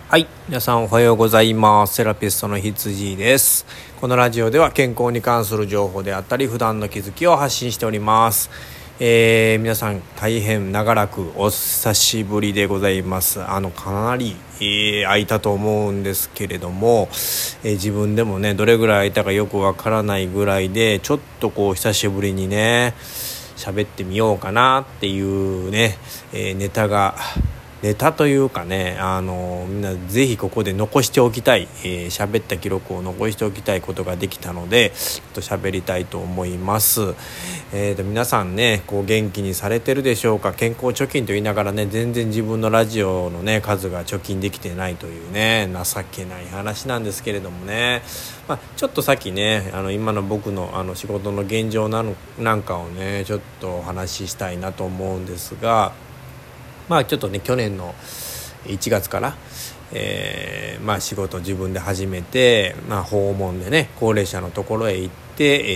はい、皆さんおはようございます。セラピストの羊です。このラジオでは健康に関する情報であったり普段の気づきを発信しております。皆さん大変長らくお久しぶりでございます。かなり、空いたと思うんですけれども、自分でもねどれぐらい空いたかよくわからないぐらいで、ちょっと久しぶりにね喋ってみようかなっていうね、ネタというかね、みんなぜひここで残しておきたい、喋った記録を残しておきたいことができたので、ちょっと喋りたいと思います。皆さんね元気にされてるでしょうか。健康貯金と言いながらね、全然自分のラジオのね数が貯金できてないというね、情けない話なんですけれどもね、ちょっとさっきね今の僕の仕事の現状なんかをねちょっとお話ししたいなと思うんですが、ちょっとね去年の1月から、仕事自分で始めて、訪問でね高齢者のところへ行って、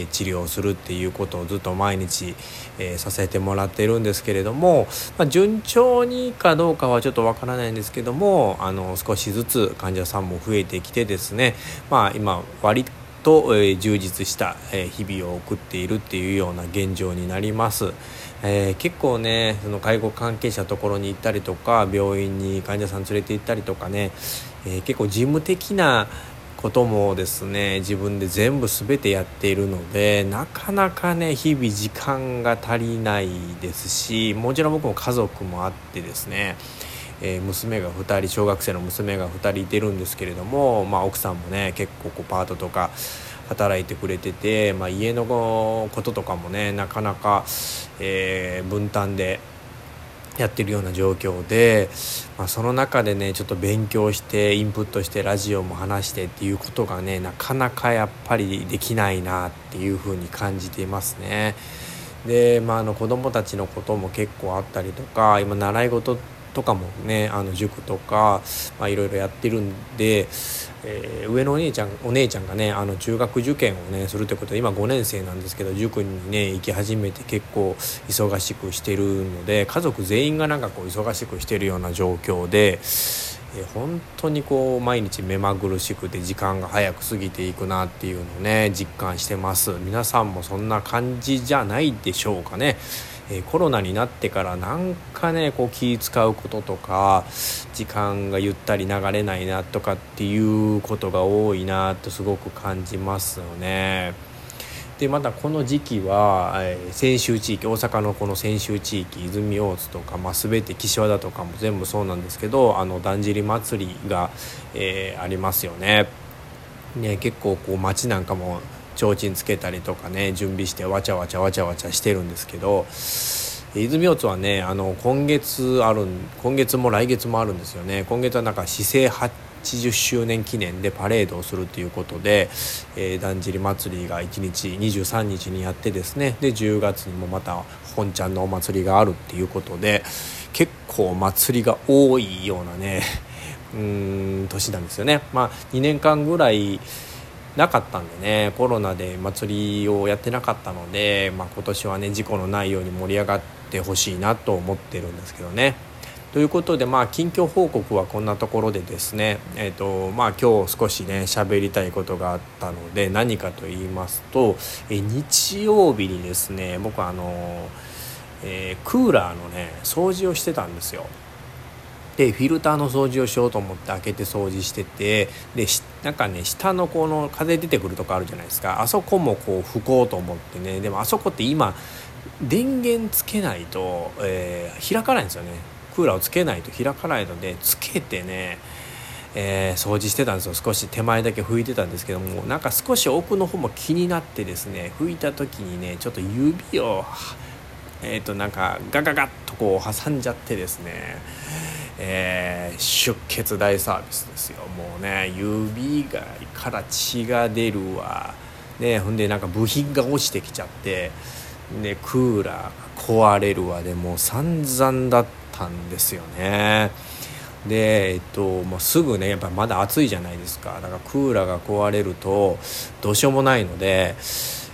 治療するっていうことをずっと毎日、させてもらってるんですけれども、順調にかどうかはちょっとわからないんですけども、少しずつ患者さんも増えてきてですね、今割と、充実した、日々を送っているっていうような現状になります。結構ねその介護関係者のところに行ったりとか、病院に患者さん連れて行ったりとかね、結構事務的なこともですね自分で全てやっているので、なかなかね日々時間が足りないですし、もちろん僕も家族もあってですね、娘が2人小学生の娘が2人いてるんですけれども、奥さんもね結構パートとか働いてくれてて、家のこととかもねなかなか、分担でやってるような状況で、その中でねちょっと勉強してインプットしてラジオも話してっていうことがねなかなかやっぱりできないなっていうふうに感じていますね。で、子供たちのことも結構あったりとか、今習い事とかもね塾とか、いろいろやってるんで、上のお姉ちゃんがね中学受験をねするってことで今5年生なんですけど、塾にね行き始めて結構忙しくしてるので、家族全員が忙しくしてるような状況で、本当に毎日目まぐるしくて時間が早く過ぎていくなっていうのをね実感してます。皆さんもそんな感じじゃないでしょうかね。コロナになってからなんかね気使うこととか、時間がゆったり流れないなとかっていうことが多いなとすごく感じますよね。でまたこの時期は、泉州地域、大阪のこの泉州地域、泉大津とか、全て岸和田とかも全部そうなんですけど、だんじり祭りが、ありますよね。結構街なんかも提灯つけたりとかね準備してわちゃわちゃしてるんですけど、泉大津はね今月も来月もあるんですよね。今月は市政80周年記念でパレードをするということで、だんじり祭りが1日23日にやってですね、で10月にもまた本ちゃんのお祭りがあるっていうことで、結構祭りが多いようなね年なんですよね。2年間ぐらいなかったんでね、コロナで祭りをやってなかったので、今年はね事故のないように盛り上がってほしいなと思ってるんですけどね。ということで近況報告はこんなところでですね、今日少しね喋りたいことがあったので、何かと言いますと、日曜日にですね僕はクーラーのね掃除をしてたんですよ。でフィルターの掃除をしようと思って開けて掃除してて、で下のこの風出てくるとこあるじゃないですか。あそこも拭こうと思ってね、でもあそこって今電源つけないと、開かないんですよね。クーラーをつけないと開かないので、つけてね、掃除してたんですよ。少し手前だけ拭いてたんですけども、少し奥の方も気になってですね、拭いた時にねちょっと指をガガガッと挟んじゃってですね、出血大サービスですよ。もうね指から血が出るわ、ほんで部品が落ちてきちゃって、でクーラーが壊れるわでもう散々だったんですよね。で、もうすぐねやっぱまだ暑いじゃないですか。だからクーラーが壊れるとどうしようもないので、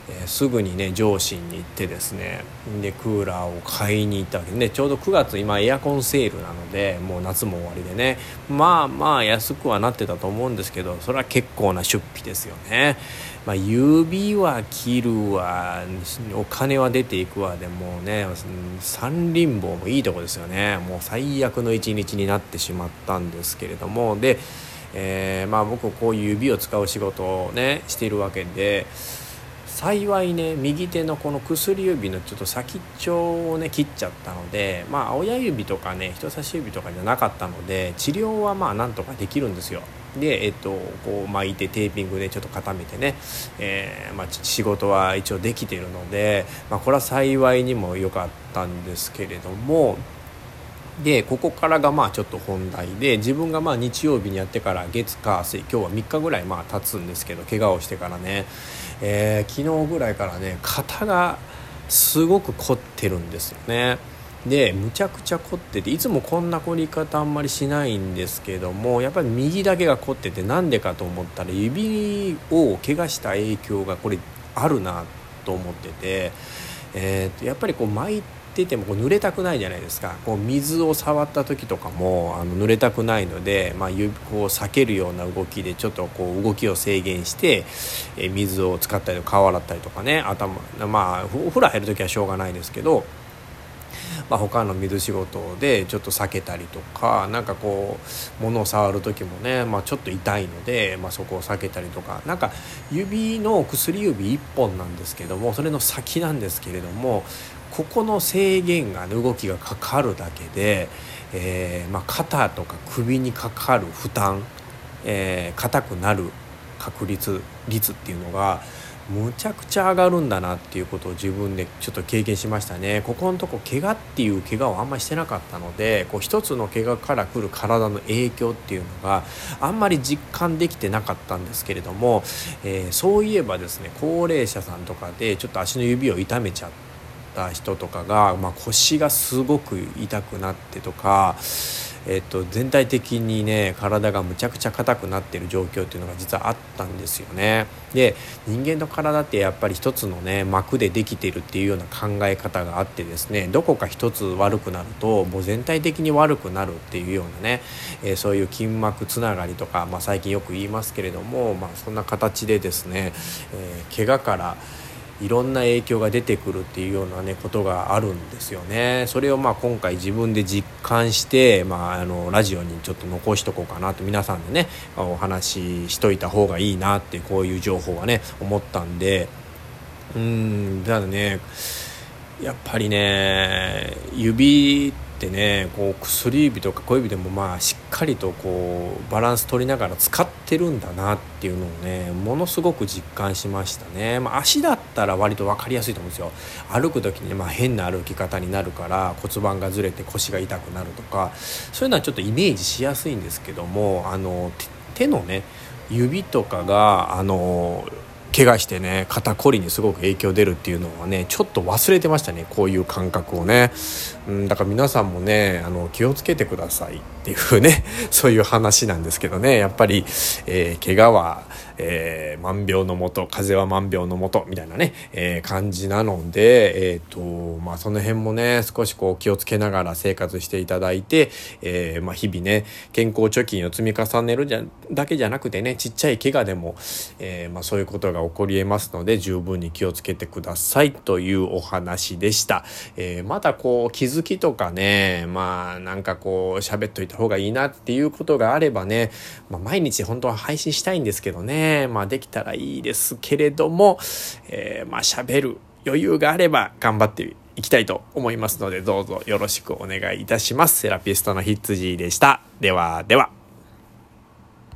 すぐにね上司に行ってですね、でクーラーを買いに行ったわけで、ね、ちょうど9月今エアコンセールなので、もう夏も終わりでね、まあ安くはなってたと思うんですけど、それは結構な出費ですよね。指は切るわ、お金は出ていくわでもうね、三輪棒もいいとこですよね。もう最悪の一日になってしまったんですけれども、で、僕こういう指を使う仕事をねしているわけで、幸いね右手のこの薬指のちょっと先っちょをね切っちゃったので、親指とかね人差し指とかじゃなかったので、治療はなんとかできるんですよ。で、こう巻いてテーピングでちょっと固めてね、仕事は一応できているので、これは幸いにも良かったんですけれども、でここからがちょっと本題で、自分が日曜日にやってから月火水、今日は3日ぐらい経つんですけど、怪我をしてからね、昨日ぐらいからね肩がすごく凝ってるんですよね。でむちゃくちゃ凝ってて、いつもこんな凝り方あんまりしないんですけども、やっぱり右だけが凝ってて、なんでかと思ったら指を怪我した影響がこれあるなと思ってて、やっぱりこう巻いてもこう濡れたくないじゃないですか。こう水を触った時とかも濡れたくないので、こう避けるような動きでちょっとこう動きを制限して、水を使ったり顔洗ったりとかね、お風呂入る時はしょうがないですけど、他の水仕事でちょっと避けたりとか、なんかこう物を触る時もね、ちょっと痛いので、そこを避けたりとか、なんか指の薬指1本なんですけども、それの先なんですけれども、ここの制限が動きがかかるだけで、肩とか首にかかる負担、硬くなる率っていうのがむちゃくちゃ上がるんだなっていうことを自分でちょっと経験しましたね。ここのとこ怪我っていう怪我をあんまりしてなかったので、こう一つの怪我から来る体の影響っていうのがあんまり実感できてなかったんですけれども、そういえばですね、高齢者さんとかでちょっと足の指を痛めちゃった人とかが、腰がすごく痛くなってとか、全体的にね体がむちゃくちゃ硬くなっている状況っていうのが実はあったんですよね。で人間の体ってやっぱり一つのね膜でできているっていうような考え方があってですね、どこか一つ悪くなるともう全体的に悪くなるっていうようなね、そういう筋膜つながりとか、最近よく言いますけれども、そんな形でですね、怪我からいろんな影響が出てくるっていうようなねことがあるんですよね。それを今回自分で実感して、ラジオにちょっと残しとこうかなと、皆さんでねお話ししといた方がいいなって、こういう情報はね思ったんで、ただねやっぱりね指ってねこう薬指とか小指でもしっかりとこうバランス取りながら使ってるんだなっていうのをねものすごく実感しましたね。足だったら割と分かりやすいと思うんですよ。歩く時に変な歩き方になるから骨盤がずれて腰が痛くなるとか、そういうのはちょっとイメージしやすいんですけども、手のね指とかが怪我してね肩こりにすごく影響出るっていうのはねちょっと忘れてましたね、こういう感覚をね。だから皆さんもね気をつけてくださいっていうねそういう話なんですけどね、やっぱり、怪我は、万病のもと、風邪は万病のもとみたいなね、感じなので、その辺もね少しこう気をつけながら生活していただいて、日々ね健康貯金を積み重ねるだけじゃなくてね、ちっちゃい怪我でも、そういうことが起こり得ますので十分に気をつけてくださいというお話でした。またこう気づきとかね、なんかこう喋っといた方がいいなっていうことがあればね、毎日本当は配信したいんですけどね、できたらいいですけれども、喋る余裕があれば頑張っていきたいと思いますので、どうぞよろしくお願いいたします。セラピストのひつじでした。ではでは。